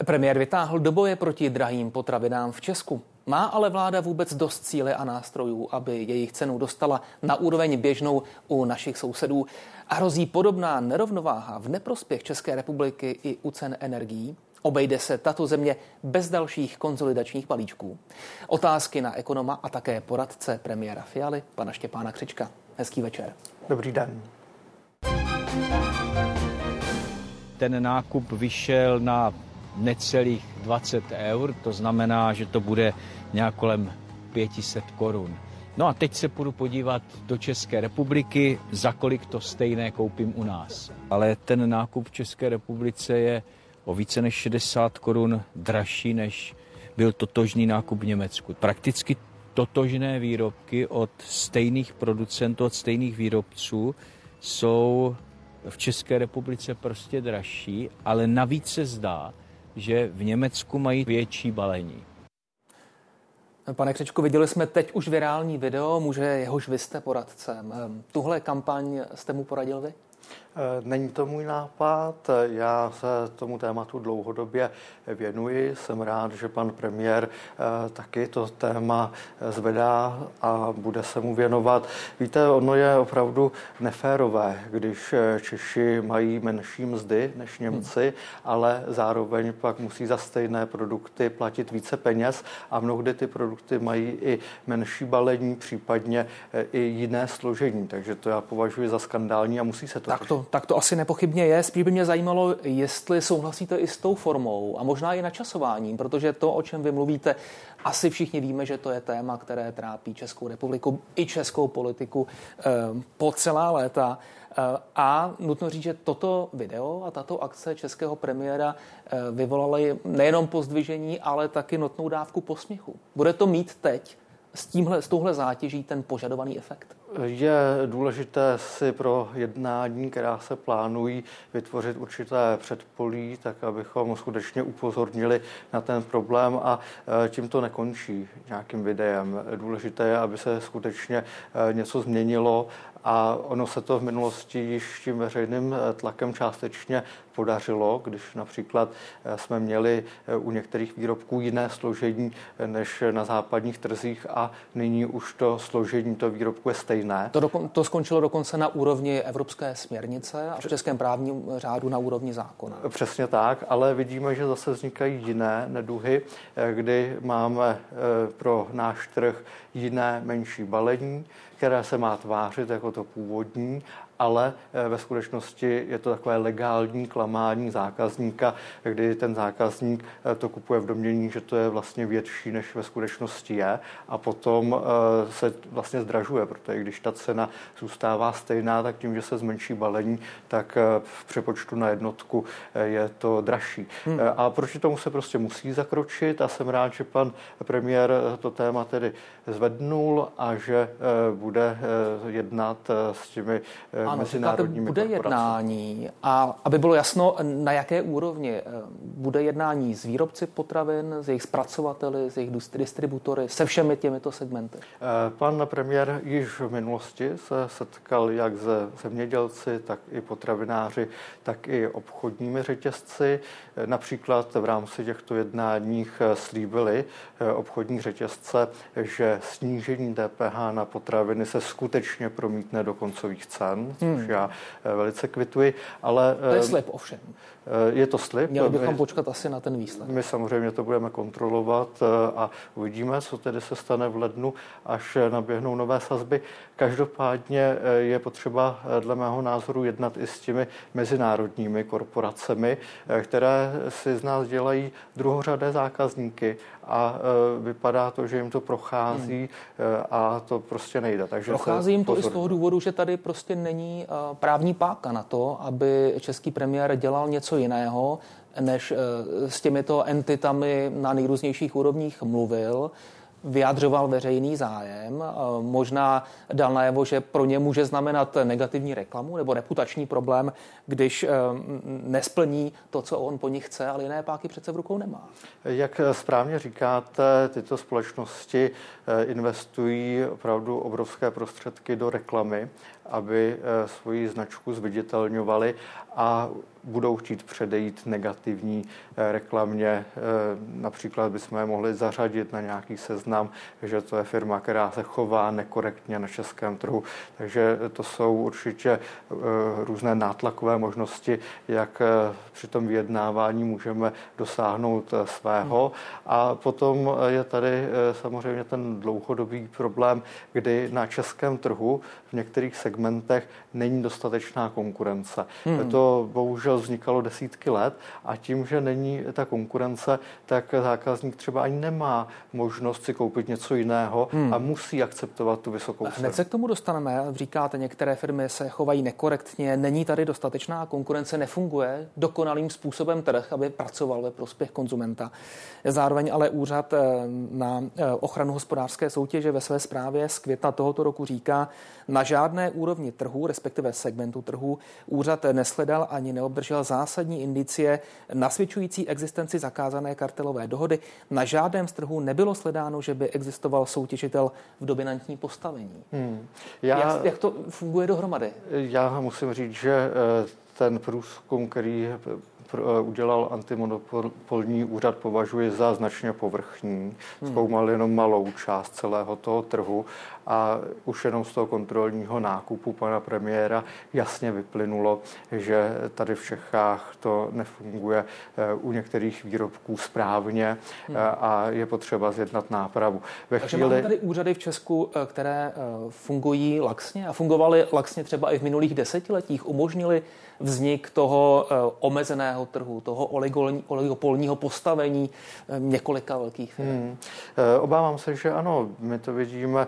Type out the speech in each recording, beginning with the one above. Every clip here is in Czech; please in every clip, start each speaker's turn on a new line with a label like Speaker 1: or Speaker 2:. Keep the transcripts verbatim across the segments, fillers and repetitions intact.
Speaker 1: Premiér vytáhl do boje proti drahým potravinám v Česku. Má ale vláda vůbec dost síly a nástrojů, aby jejich cenu dostala na úroveň běžnou u našich sousedů? A hrozí podobná nerovnováha v neprospěch České republiky i u cen energií? Obejde se tato země bez dalších konsolidačních balíčků? Otázky na ekonoma a také poradce premiéra Fialy, pana Štěpána Křečka. Hezký večer.
Speaker 2: Dobrý den.
Speaker 3: Ten nákup vyšel na necelých dvacet eur, to znamená, že to bude nějak kolem pět set korun. No a teď se půjdu podívat do České republiky, za kolik to stejné koupím u nás. Ale ten nákup v České republice je o více než šedesát korun dražší, než byl totožný nákup v Německu. Prakticky totožné výrobky od stejných producentů, od stejných výrobců jsou v České republice prostě dražší, ale navíc se zdá, že v Německu mají větší balení.
Speaker 1: Pane Křečku, viděli jsme teď už virální video, muže jehož vy jste poradcem. Tuhle kampaň jste mu poradil vy?
Speaker 2: Není to můj nápad, já se tomu tématu dlouhodobě věnuji. Jsem rád, že pan premiér taky to téma zvedá a bude se mu věnovat. Víte, ono je opravdu neférové, když Češi mají menší mzdy než Němci, ale zároveň pak musí za stejné produkty platit více peněz a mnohdy ty produkty mají i menší balení, případně i jiné složení. Takže to já považuji za skandální a musí se to
Speaker 1: tak to, tak to asi nepochybně je. Spíš by mě zajímalo, jestli souhlasíte i s tou formou a možná i načasováním, protože to, o čem vy mluvíte, asi všichni víme, že to je téma, které trápí Českou republiku i českou politiku eh, po celá léta. Eh, a nutno říct, že toto video a tato akce českého premiéra eh, vyvolaly nejenom pozdvižení, ale taky notnou dávku posměchu. Bude to mít teď s tímhle, s touhle zátěží ten požadovaný efekt?
Speaker 2: Je důležité si pro jednání, která se plánují, vytvořit určité předpolí, tak abychom skutečně upozornili na ten problém a tím to nekončí nějakým videem. Důležité je, aby se skutečně něco změnilo a ono se to v minulosti již tím veřejným tlakem částečně podařilo, když například jsme měli u některých výrobků jiné složení než na západních trzích a nyní už to složení toho výrobku je stejné.
Speaker 1: To, dokon, to skončilo dokonce na úrovni evropské směrnice a v českém právním řádu na úrovni zákona.
Speaker 2: Přesně tak, ale vidíme, že zase vznikají jiné neduhy, kdy máme pro náš trh jiné menší balení, které se má tvářit jako to původní, ale ve skutečnosti je to takové legální klamání zákazníka, kdy ten zákazník to kupuje v domnění, že to je vlastně větší, než ve skutečnosti je a potom se vlastně zdražuje, protože když ta cena zůstává stejná, tak tím, že se zmenší balení, tak v přepočtu na jednotku je to dražší. Hmm. A proti tomu se prostě musí zakročit a jsem rád, že pan premiér to téma tedy zvednul a že bude jednat s těmi
Speaker 1: ano, mezinárodními bude jednání a aby bylo jasno, na jaké úrovni bude jednání s výrobci potravin, s jejich zpracovateli, s jejich distributory, se všemi těmito segmenty?
Speaker 2: Pan premiér již v minulosti se setkal jak se zemědělci, tak i potravináři, tak i obchodními řetězci. Například v rámci těchto jednáních slíbili obchodní řetězce, že snížení D P H na potraviny se skutečně promítne do koncových cen, což hmm. já velice kvituji, ale...
Speaker 1: To je slib ovšem.
Speaker 2: Je to slib.
Speaker 1: Měli bychom my, počkat asi na ten výsledek.
Speaker 2: My samozřejmě to budeme kontrolovat a uvidíme, co tedy se stane v lednu, až naběhnou nové sazby. Každopádně je potřeba dle mého názoru jednat i s těmi mezinárodními korporacemi, které si z nás dělají druhořadé zákazníky a vypadá to, že jim to prochází hmm. a to prostě nejde. Takže
Speaker 1: prochází jim to i z toho důvodu, že tady prostě není právní páka na to, aby český premiér dělal něco jiného, než s těmito entitami na nejrůznějších úrovních mluvil, vyjadřoval veřejný zájem, možná dal najevo, že pro ně může znamenat negativní reklamu nebo reputační problém, když nesplní to, co on po nich chce, ale jiné páky přece v rukou nemá.
Speaker 2: Jak správně říkáte, tyto společnosti investují opravdu obrovské prostředky do reklamy, aby svoji značku zviditelňovali a budou chtít předejít negativní reklamě. Například bychom je mohli zařadit na nějaký seznam, že to je firma, která se chová nekorektně na českém trhu. Takže to jsou určitě různé nátlakové možnosti, jak při tom vyjednávání můžeme dosáhnout svého. A potom je tady samozřejmě ten dlouhodobý problém, kdy na českém trhu v některých segmentech není dostatečná konkurence. Hmm. To bohužel vznikalo desítky let a tím, že není ta konkurence, tak zákazník třeba ani nemá možnost si koupit něco jiného hmm. a musí akceptovat tu vysokou cenu.
Speaker 1: Hned se k tomu dostaneme. Říkáte, některé firmy se chovají nekorektně, není tady dostatečná konkurence, nefunguje dokonalým způsobem trh, aby pracoval ve prospěch konzumenta. Zároveň ale úřad na ochranu hospodářské soutěže ve své zprávě z května tohoto roku říká, na žádné úrovni trhu, respektive segmentu trhu, úřad neshledal ani neobdržel zásadní indicie nasvědčující existenci zakázané kartelové dohody. Na žádném z trhů nebylo sledáno, že by existoval soutěžitel v dominantní postavení. Hmm. Já, jak, jak to funguje dohromady?
Speaker 2: Já musím říct, že ten průzkum, který udělal antimonopolní úřad, považuji za značně povrchní. Zkoumal jenom malou část celého toho trhu a už jenom z toho kontrolního nákupu pana premiéra jasně vyplynulo, že tady v Čechách to nefunguje u některých výrobků správně a je potřeba zjednat nápravu.
Speaker 1: Ve Takže chvíli... máme tady úřady v Česku, které fungují laxně a fungovaly laxně třeba i v minulých desetiletích, umožnili vznik toho omezeného trhu, toho oligopolního postavení několika velkých firm. Hmm.
Speaker 2: Obávám se, že ano, my to vidíme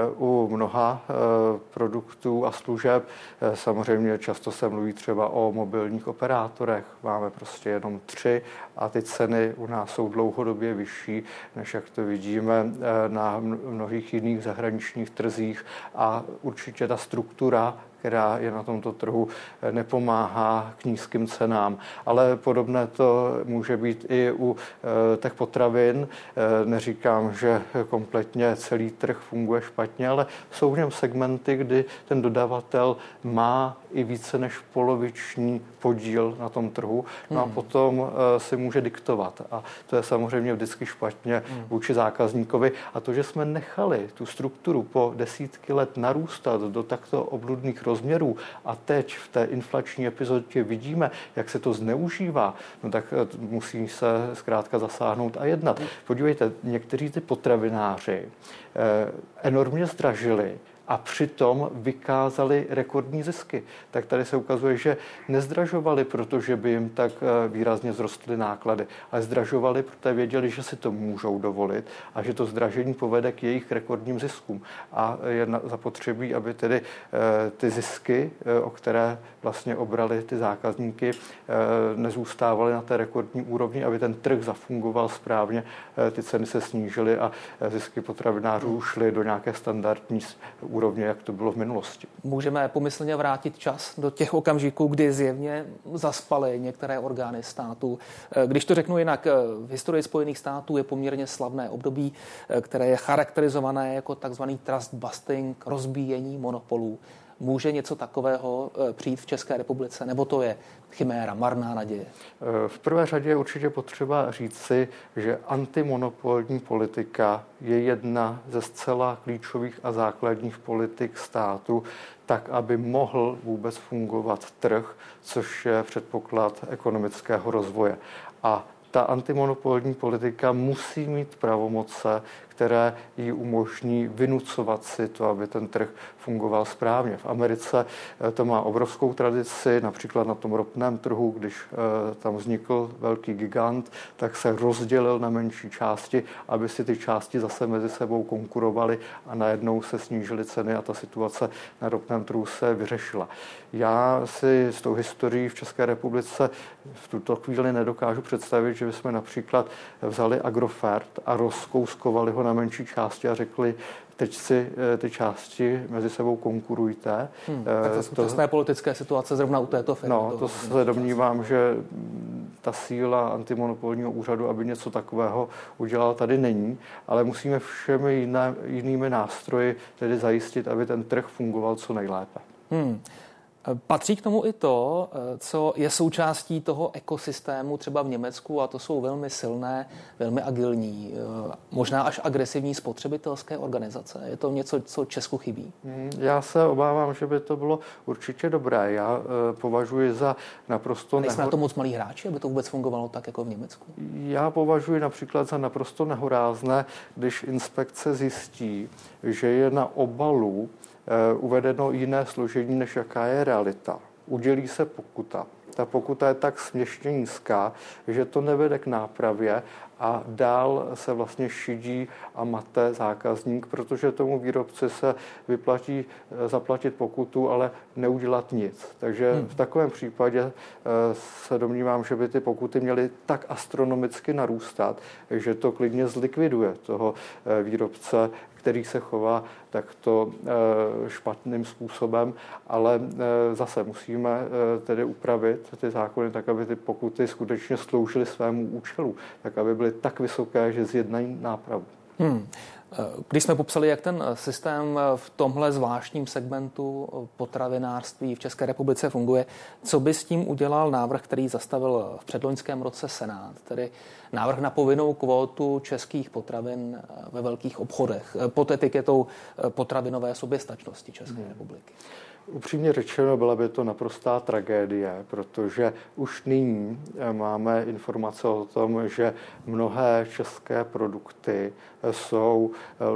Speaker 2: u mnoha produktů a služeb. Samozřejmě často se mluví třeba o mobilních operátorech. Máme prostě jenom tři a ty ceny u nás jsou dlouhodobě vyšší, než jak to vidíme na mnohých jiných zahraničních trzích a určitě ta struktura, která je na tomto trhu, nepomáhá k nízkým cenám. Ale podobné to může být i u těch potravin. Neříkám, že kompletně celý trh funguje špatně, ale jsou v něm segmenty, kdy ten dodavatel má i více než poloviční podíl na tom trhu, no hmm. a potom si může diktovat. A to je samozřejmě vždycky špatně hmm. vůči zákazníkovi. A to, že jsme nechali tu strukturu po desítky let narůstat do takto obludných rozměrů a teď v té inflační epizodě vidíme, jak se to zneužívá, no tak musí se zkrátka zasáhnout a jednat. Podívejte, někteří ty potravináři eh, enormně zdražili a přitom vykázali rekordní zisky. Tak tady se ukazuje, že nezdražovali, protože by jim tak výrazně vzrostly náklady, ale zdražovali, protože věděli, že si to můžou dovolit a že to zdražení povede k jejich rekordním ziskům. A je zapotřebí, aby tedy ty zisky, o které vlastně obrali ty zákazníky, nezůstávaly na té rekordní úrovni, aby ten trh zafungoval správně, ty ceny se snížily a zisky potravinářů šly do nějaké standardní úrovně, jak to bylo v minulosti.
Speaker 1: Můžeme pomyslně vrátit čas do těch okamžiků, kdy zjevně zaspaly některé orgány státu. Když to řeknu jinak, v historii Spojených států je poměrně slavné období, které je charakterizované jako takzvaný trust busting, rozbíjení monopolů. Může něco takového přijít v České republice, nebo to je chiméra, marná naděje?
Speaker 2: V prvé řadě je určitě potřeba říci, že antimonopolní politika je jedna ze zcela klíčových a základních politik státu, tak, aby mohl vůbec fungovat trh, což je předpoklad ekonomického rozvoje. A ta antimonopolní politika musí mít pravomoce, které jí umožní vynucovat si to, aby ten trh fungoval správně. V Americe to má obrovskou tradici, například na tom ropném trhu, když tam vznikl velký gigant, tak se rozdělil na menší části, aby si ty části zase mezi sebou konkurovaly a najednou se snížily ceny a ta situace na ropném trhu se vyřešila. Já si s tou historií v České republice v tuto chvíli nedokážu představit, že bychom například vzali Agrofert a rozkouskovali ho na menší části a řekli, teď si ty části mezi sebou konkurujte.
Speaker 1: Hmm, tak to současné politické situace zrovna u této firmy.
Speaker 2: No, to, to se domnívám, že ta síla antimonopolního úřadu, aby něco takového udělal, tady není, ale musíme všemi jiné, jinými nástroji tedy zajistit, aby ten trh fungoval co nejlépe.
Speaker 1: Hmm. Patří k tomu i to, co je součástí toho ekosystému třeba v Německu, a to jsou velmi silné, velmi agilní, možná až agresivní spotřebitelské organizace. Je to něco, co Česku chybí?
Speaker 2: Já se obávám, že by to bylo určitě dobré. Já považuji za naprosto...
Speaker 1: Nejsme neho... na to moc malí hráči, aby to vůbec fungovalo tak, jako v Německu?
Speaker 2: Já považuji například za naprosto nehorázné, když inspekce zjistí, že je na obalu uvedeno jiné složení, než jaká je realita. Udělí se pokuta. Ta pokuta je tak směšně nízká, že to nevede k nápravě a dál se vlastně šidí a mate zákazník, protože tomu výrobci se vyplatí zaplatit pokutu, ale neudělat nic. Takže hmm. v takovém případě se domnívám, že by ty pokuty měly tak astronomicky narůstat, že to klidně zlikviduje toho výrobce, který se chová takto špatným způsobem, ale zase musíme tedy upravit ty zákony tak, aby ty pokuty skutečně sloužily svému účelu, tak, aby byly tak vysoké, že zjednají nápravu. Hmm.
Speaker 1: Když jsme popsali, jak ten systém v tomhle zvláštním segmentu potravinářství v České republice funguje, co by s tím udělal návrh, který zastavil v předloňském roce Senát, tedy návrh na povinnou kvótu českých potravin ve velkých obchodech pod etiketou potravinové soběstačnosti České hmm. republiky?
Speaker 2: Upřímně řečeno, byla by to naprostá tragédie, protože už nyní máme informace o tom, že mnohé české produkty jsou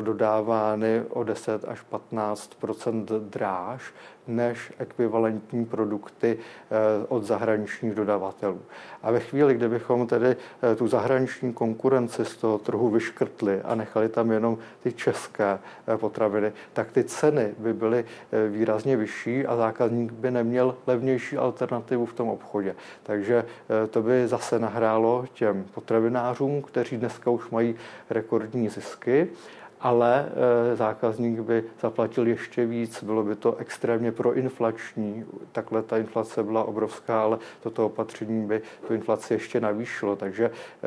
Speaker 2: dodávány o deset až patnáct procent dráž než ekvivalentní produkty od zahraničních dodavatelů. A ve chvíli, kdybychom tedy tu zahraniční konkurenci z toho trhu vyškrtli a nechali tam jenom ty české potraviny, tak ty ceny by byly výrazně vyšší a zákazník by neměl levnější alternativu v tom obchodě. Takže to by zase nahrálo těm potravinářům, kteří dneska už mají rekordní zisky, ale e, zákazník by zaplatil ještě víc, bylo by to extrémně proinflační. Takhle ta inflace byla obrovská, ale toto opatření by tu inflaci ještě navýšilo. Takže e,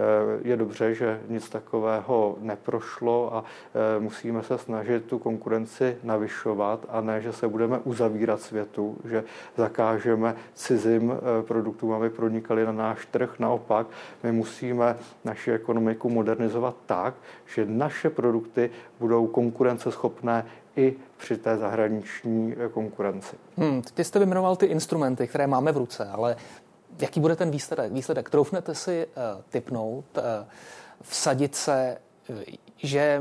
Speaker 2: je dobře, že nic takového neprošlo a e, musíme se snažit tu konkurenci navyšovat a ne, že se budeme uzavírat světu, že zakážeme cizím e, produktům, aby pronikaly na náš trh. Naopak, my musíme naši ekonomiku modernizovat tak, že naše produkty budou konkurenceschopné i při té zahraniční konkurenci.
Speaker 1: Hmm, teď jste vyjmenoval ty instrumenty, které máme v ruce, ale jaký bude ten výsledek? Výsledek troufnete si uh, tipnout, uh, vsadit se, uh, že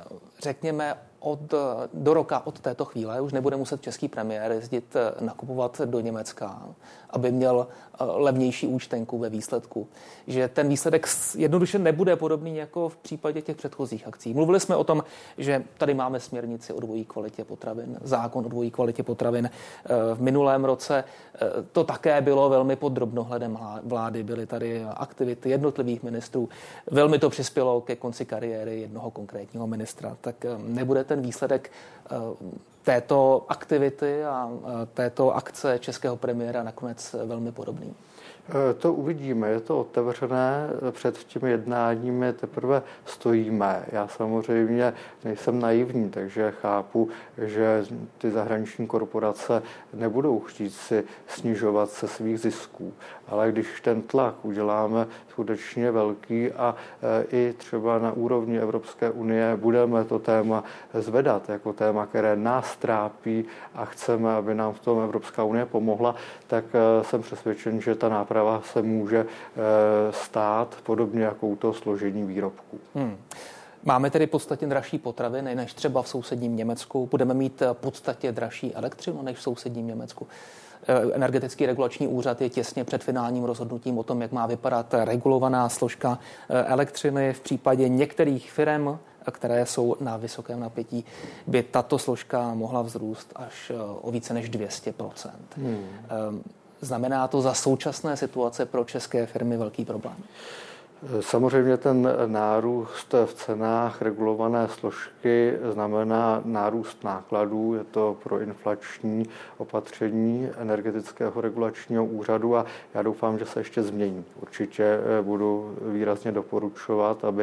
Speaker 1: řekněme od, do roka od této chvíle už nebude muset český premiér jezdit nakupovat do Německa, aby měl levnější účtenku ve výsledku. Že ten výsledek jednoduše nebude podobný jako v případě těch předchozích akcí. Mluvili jsme o tom, že tady máme směrnici o dvojí kvalitě potravin, zákon o dvojí kvalitě potravin. V minulém roce to také bylo velmi pod drobnohledem vlády. Byly tady aktivity jednotlivých ministrů. Velmi to přispělo ke konci kariéry jednoho konkrétního ministra. Tak nebude ten výsledek této aktivity a této akce českého premiéra nakonec velmi podobný?
Speaker 2: To uvidíme, je to otevřené, před těmi jednáními teprve stojíme. Já samozřejmě nejsem naivní, takže chápu, že ty zahraniční korporace nebudou chtít si snižovat se svých zisků. Ale když ten tlak uděláme skutečně velký a i třeba na úrovni Evropské unie budeme to téma zvedat jako téma, které nás trápí a chceme, aby nám v tom Evropská unie pomohla, tak jsem přesvědčen, že ta náprava se může stát podobně jako u toho složení výrobků. Hmm.
Speaker 1: Máme tedy podstatně dražší potraviny než třeba v sousedním Německu. Budeme mít podstatně dražší elektřinu než v sousedním Německu. Energetický regulační úřad je těsně před finálním rozhodnutím o tom, jak má vypadat regulovaná složka elektřiny. V případě některých firem, které jsou na vysokém napětí, by tato složka mohla vzrůst až o více než dvě stě procent. Hmm. Znamená to za současné situace pro české firmy velký problém?
Speaker 2: Samozřejmě ten nárůst v cenách regulované složky znamená nárůst nákladů. Je to proinflační opatření Energetického regulačního úřadu a já doufám, že se ještě změní. Určitě budu výrazně doporučovat, aby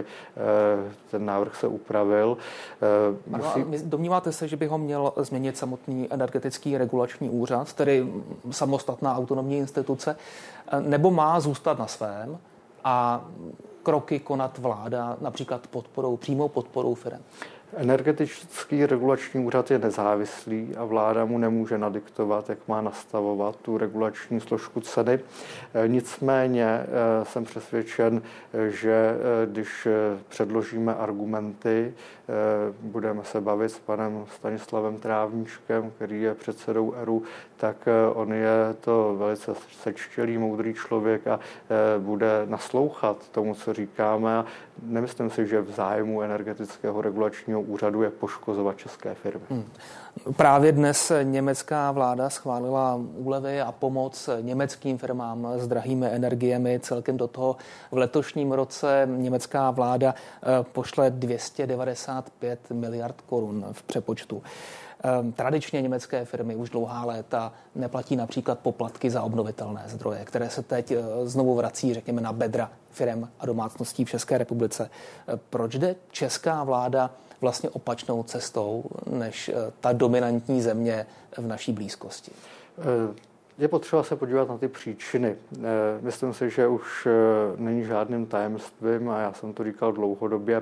Speaker 2: ten návrh se upravil.
Speaker 1: Musí... Domníváte se, že by ho měl změnit samotný Energetický regulační úřad, tedy samostatná autonomní instituce, nebo má zůstat na svém a kroky konat vláda, například podporou, přímou podporou firem?
Speaker 2: Energetický regulační úřad je nezávislý a vláda mu nemůže nadiktovat, jak má nastavovat tu regulační složku ceny. Nicméně jsem přesvědčen, že když předložíme argumenty, budeme se bavit s panem Stanislavem Trávníčkem, který je předsedou E R U, tak on je to velice sečtělý, moudrý člověk a bude naslouchat tomu, co říkáme. A nemyslím si, že v zájmu Energetického regulačního úřadu je poškozovat české firmy. Hmm.
Speaker 1: Právě dnes německá vláda schválila úlevy a pomoc německým firmám s drahými energiemi. Celkem do toho v letošním roce německá vláda pošle dvě stě devadesát pět miliard korun v přepočtu. Tradičně německé firmy už dlouhá léta neplatí například poplatky za obnovitelné zdroje, které se teď znovu vrací, řekněme, na bedra firem a domácností v České republice. Proč jde česká vláda vlastně opačnou cestou než ta dominantní země v naší blízkosti?
Speaker 2: Je potřeba se podívat na ty příčiny. Myslím si, že už není žádným tajemstvím, a já jsem to říkal dlouhodobě,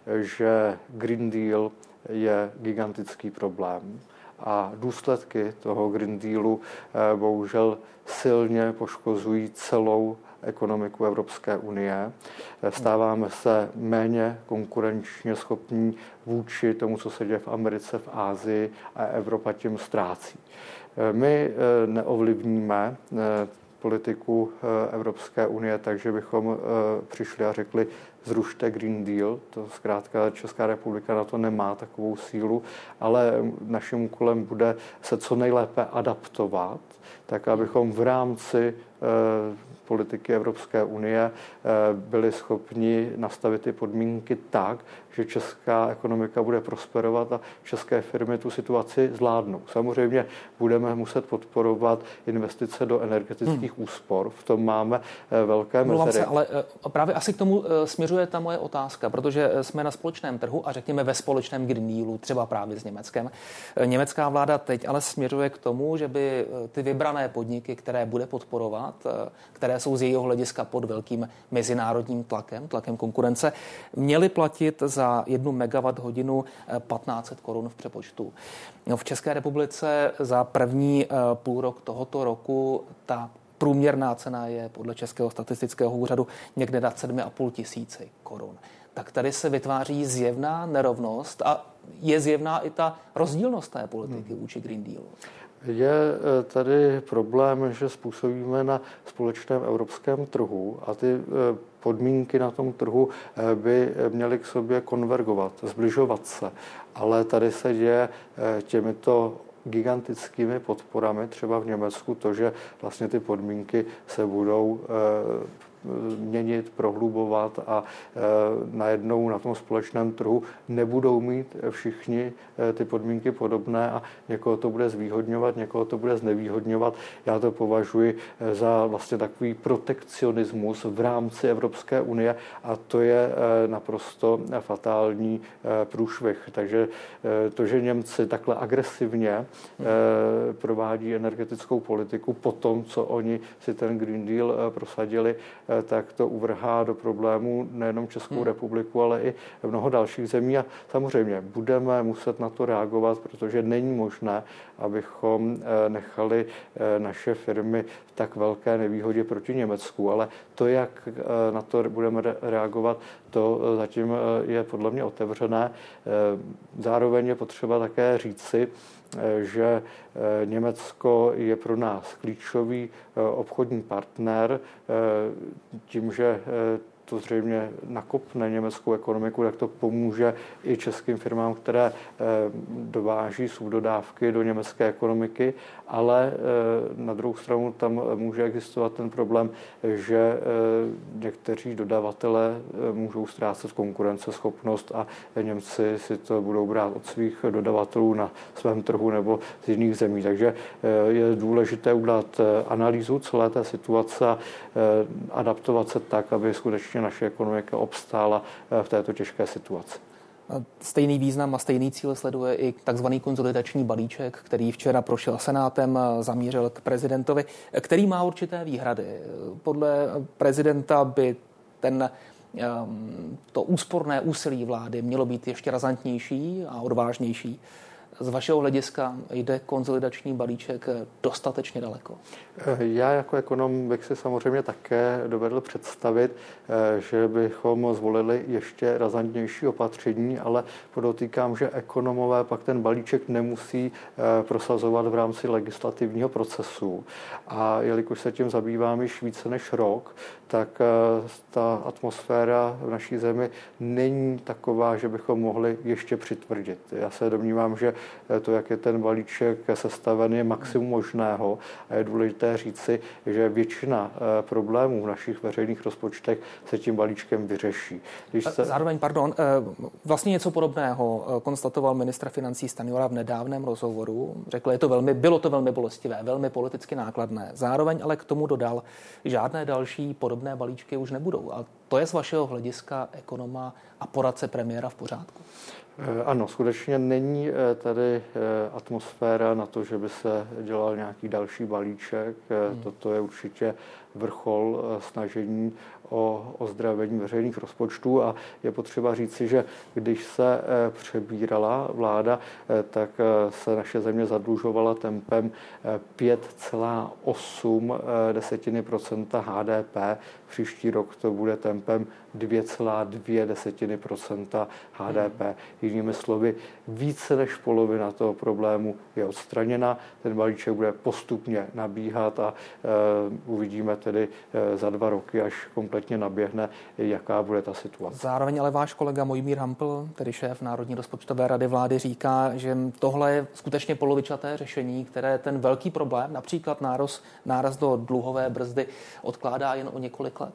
Speaker 2: že Green Deal je gigantický problém. A důsledky toho Green Dealu bohužel silně poškozují celou ekonomiku Evropské unie. Stáváme se méně konkurenčně schopní vůči tomu, co se děje v Americe, v Asii, a Evropa tím ztrácí. My neovlivníme politiku Evropské unie, takže bychom přišli a řekli, zrušte Green Deal. To zkrátka Česká republika na to nemá takovou sílu, ale naším úkolem bude se co nejlépe adaptovat, tak abychom v rámci politiky Evropské unie byli schopni nastavit ty podmínky tak, že česká ekonomika bude prosperovat a české firmy tu situaci zvládnou. Samozřejmě budeme muset podporovat investice do energetických hmm. úspor. V tom máme velké mezery.
Speaker 1: Se, ale právě asi k tomu směřuje ta moje otázka, protože jsme na společném trhu a řekněme ve společném Green Dealu, třeba právě s Německem. Německá vláda teď ale směřuje k tomu, že by ty vybrané podniky, které bude podporovat, které jsou z jejího hlediska pod velkým mezinárodním tlakem, tlakem konkurence, měly platit za jednu megawatt hodinu patnáct set korun v přepočtu. No, v České republice za první půlrok tohoto roku ta průměrná cena je podle Českého statistického úřadu někde na sedm a půl tisíci korun. Tak tady se vytváří zjevná nerovnost a je zjevná i ta rozdílnost té politiky vůči Green Dealu.
Speaker 2: Je tady problém, že způsobíme na společném evropském trhu a ty podmínky na tom trhu by měly k sobě konvergovat, zbližovat se. Ale tady se děje těmito gigantickými podporami, třeba v Německu, to, že vlastně ty podmínky se budou měnit, prohlubovat a e, najednou na tom společném trhu nebudou mít všichni e, ty podmínky podobné a někoho to bude zvýhodňovat, někoho to bude znevýhodňovat. Já to považuji za vlastně takový protekcionismus v rámci Evropské unie a to je e, naprosto fatální e, průšvih. Takže e, to, že Němci takhle agresivně e, provádí energetickou politiku po tom, co oni si ten Green Deal e, prosadili, tak to uvrhá do problémů nejenom Českou hmm. republiku, ale i mnoho dalších zemí. A samozřejmě budeme muset na to reagovat, protože není možné, abychom nechali naše firmy v tak velké nevýhodě proti Německu. Ale to, jak na to budeme reagovat, to zatím je podle mě otevřené. Zároveň je potřeba také říci, že Německo je pro nás klíčový obchodní partner tím, že to zřejmě nakopne německou ekonomiku, tak to pomůže i českým firmám, které dováží subdodávky do německé ekonomiky, ale na druhou stranu tam může existovat ten problém, že někteří dodavatelé můžou ztrácet konkurenceschopnost a Němci si to budou brát od svých dodavatelů na svém trhu nebo z jiných zemí. Takže je důležité udělat analýzu celé té situace a adaptovat se tak, aby skutečně naše ekonomika obstála v této těžké situaci.
Speaker 1: Stejný význam a stejný cíl sleduje i takzvaný konsolidační balíček, který včera prošel Senátem, zamířil k prezidentovi, který má určité výhrady. Podle prezidenta by ten, to úsporné úsilí vlády mělo být ještě razantnější a odvážnější. Z vašeho hlediska jde konsolidační balíček dostatečně daleko?
Speaker 2: Já jako ekonom bych si samozřejmě také dovedl představit, že bychom zvolili ještě razantnější opatření, ale podotýkám, že ekonomové pak ten balíček nemusí prosazovat v rámci legislativního procesu. A jelikož se tím zabývám již více než rok, tak ta atmosféra v naší zemi není taková, že bychom mohli ještě přitvrdit. Já se domnívám, že to, jak je ten balíček sestaven, je maximum možného a je důležité říci, že většina problémů v našich veřejných rozpočtech se tím balíčkem vyřeší. Když se...
Speaker 1: Zároveň, pardon, vlastně něco podobného konstatoval ministr financí Stanjura v nedávném rozhovoru. Řekl, je to velmi, bylo to velmi bolestivé, velmi politicky nákladné. Zároveň ale k tomu dodal, žádné další podobné balíčky už nebudou. A to je z vašeho hlediska ekonoma a poradce premiéra v pořádku?
Speaker 2: Ano, skutečně není tady atmosféra na to, že by se dělal nějaký další balíček. Hmm. Toto je určitě vrchol snažení o ozdravení veřejných rozpočtů a je potřeba říci, že když se přebírala vláda, tak se naše země zadlužovala tempem pět celá osm desetiny procenta H D P. Příští rok to bude tempem dvě celá dvě desetiny procenta H D P. Jinými slovy, více než polovina toho problému je odstraněna. Ten balíček bude postupně nabíhat a uh, uvidíme tedy uh, za dva roky, až kompletně naběhne, jaká bude ta situace.
Speaker 1: Zároveň ale váš kolega Mojmír Hampl, tedy šéf Národní rozpočtové rady vlády, říká, že tohle je skutečně polovičaté řešení, které ten velký problém, například náraz, náraz do dluhové brzdy, odkládá jen o několik let.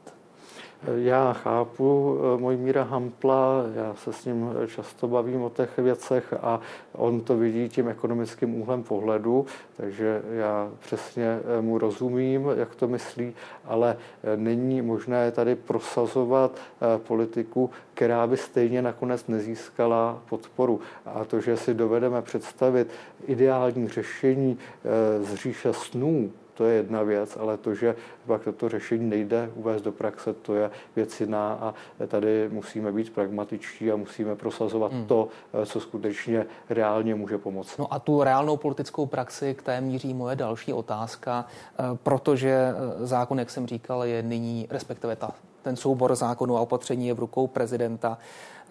Speaker 2: Já chápu Mojmíra Hampla, já se s ním často bavím o těch věcech a on to vidí tím ekonomickým úhlem pohledu, takže já přesně mu rozumím, jak to myslí, ale není možné tady prosazovat politiku, která by stejně nakonec nezískala podporu. A to, že si dovedeme představit ideální řešení z říše snů, to je jedna věc, ale to, že pak toto řešení nejde uvést do praxe, to je věc jiná a tady musíme být pragmatičtí a musíme prosazovat hmm. to, co skutečně reálně může pomoct.
Speaker 1: No a tu reálnou politickou praxi, k té míří moje další otázka, protože zákon, jak jsem říkal, je nyní, respektive ta, ten soubor zákonů a opatření je v rukou prezidenta.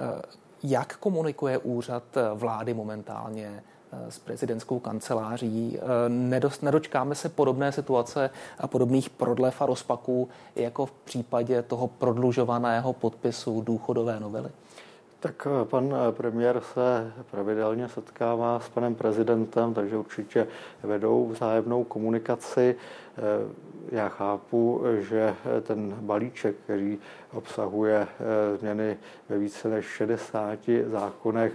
Speaker 1: Jak komunikuje úřad vlády momentálně s prezidentskou kanceláří? Nedost, nedočkáme se podobné situace a podobných prodlev a rozpaků jako v případě toho prodlužovaného podpisu důchodové novely?
Speaker 2: Tak pan premiér se pravidelně setkává s panem prezidentem, takže určitě vedou vzájemnou komunikaci. Já chápu, že ten balíček, který obsahuje změny ve více než šedesáti zákonech,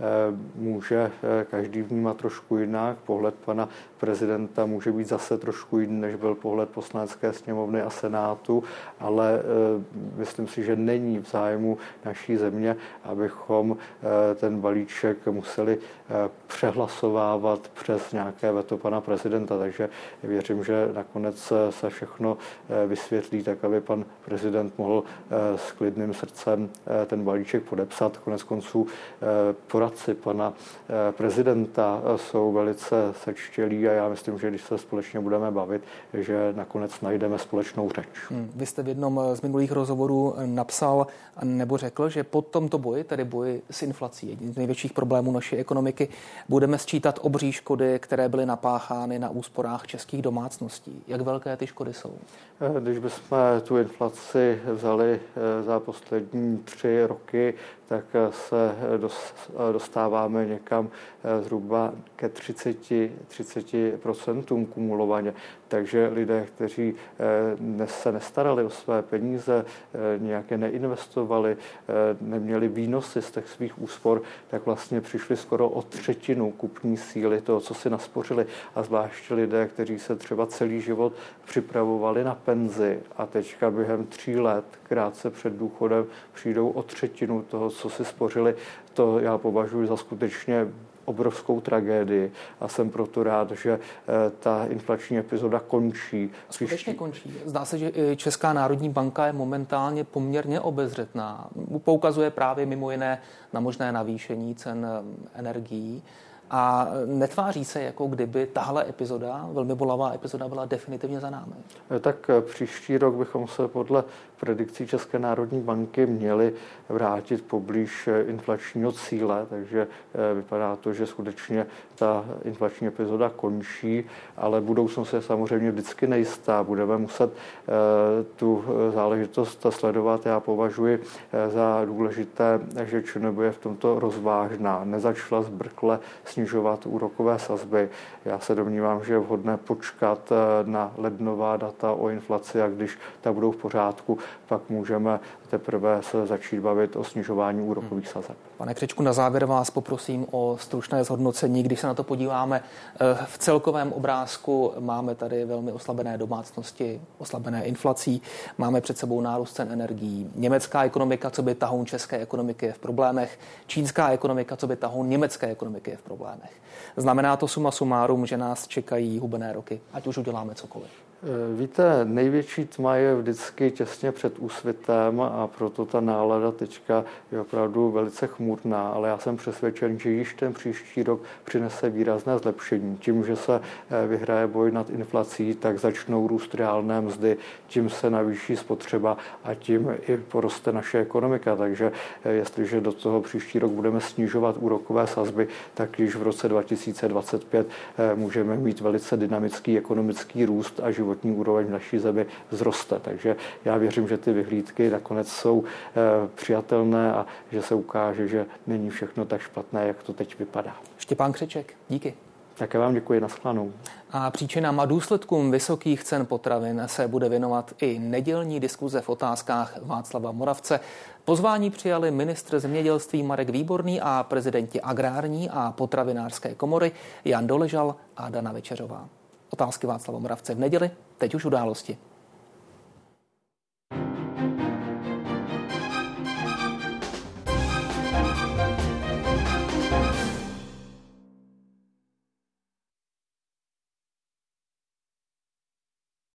Speaker 2: může každý vnímat trošku jinak. Pohled pana prezidenta může být zase trošku jiný, než byl pohled Poslanecké sněmovny a Senátu, ale myslím si, že není v zájmu naší země, abychom ten balíček museli přehlasovávat přes nějaké veto pana prezidenta. Takže věřím, že nakonec se všechno vysvětlí tak, aby pan prezident mohl s klidným srdcem ten balíček podepsat. Konec konců poradci pana prezidenta jsou velice sečtělí a já myslím, že když se společně budeme bavit, že nakonec najdeme společnou řeč.
Speaker 1: Hmm. Vy jste v jednom z minulých rozhovorů napsal nebo řekl, že po tomto boji, tedy boji s inflací, jedním z největších problémů naší ekonomiky, budeme sčítat obří škody, které byly napáchány na úsporách českých domácností. Jak velké ty škody škody jsou?
Speaker 2: Když bychom tu inflaci vzali za poslední tři roky, tak se dostáváme někam zhruba ke třicet procent kumulovaně. Takže lidé, kteří se nestarali o své peníze, nějaké neinvestovali, neměli výnosy z těch svých úspor, tak vlastně přišli skoro o třetinu kupní síly toho, co si naspořili. A zvláště lidé, kteří se třeba celý život připravovali na penzi a teďka během tří let, krátce před důchodem, přijdou o třetinu toho, co si spořili. To já považuji za skutečně obrovskou tragédii a jsem proto rád, že ta inflační epizoda končí.
Speaker 1: Skutečně končí. Zdá se, že Česká národní banka je momentálně poměrně obezřetná. Poukazuje právě mimo jiné na možné navýšení cen energií a netváří se, jako kdyby tahle epizoda, velmi bolavá epizoda, byla definitivně za námi.
Speaker 2: Tak příští rok bychom se podle predikcí České národní banky měli vrátit poblíž inflačního cíle, takže vypadá to, že skutečně ta inflační epizoda končí, ale budoucnost je samozřejmě vždycky nejistá. Budeme muset tu záležitost sledovat. Já považuji za důležité, že ČNB je v tomto rozvážná. Nezačala zbrkle snižovat úrokové sazby. Já se domnívám, že je vhodné počkat na lednová data o inflaci a když ta budou v pořádku, pak můžeme teprve se začít bavit o snižování úrokových sazeb.
Speaker 1: Pane Křečku, na závěr vás poprosím o stručné zhodnocení. Když se na to podíváme v celkovém obrázku, máme tady velmi oslabené domácnosti, oslabené inflací, máme před sebou nárůst cen energií. Německá ekonomika, co by tahoun české ekonomiky, je v problémech. Čínská ekonomika, co by tahoun německé ekonomiky, je v problémech. Znamená to suma sumárum, že nás čekají hubené roky, ať už uděláme cokoliv.
Speaker 2: Víte, největší tma je vždycky těsně před úsvitem a proto ta nálada teďka je opravdu velice chmurná, ale já jsem přesvědčen, že již ten příští rok přinese výrazné zlepšení. Tím, že se vyhraje boj nad inflací, tak začnou růst reálné mzdy, tím se navýší spotřeba a tím i poroste naše ekonomika. Takže jestliže do toho příští rok budeme snižovat úrokové sazby, tak již v roce dva tisíce dvacet pět můžeme mít velice dynamický ekonomický růst a životní úroveň v naší zemi vzroste. Takže já věřím, že ty vyhlídky nakonec jsou e, přijatelné a že se ukáže, že není všechno tak špatné, jak to teď vypadá.
Speaker 1: Štěpán Křeček, díky.
Speaker 2: Také vám děkuji, nashledanou.
Speaker 1: A příčinám a důsledkům vysokých cen potravin se bude věnovat i nedělní diskuze v otázkách Václava Moravce. Pozvání přijali ministr zemědělství Marek Výborný a prezidenti Agrární a potravinářské komory Jan Doležal a Dana Večeřová. Otázky Václava Moravce v neděli, teď už Události.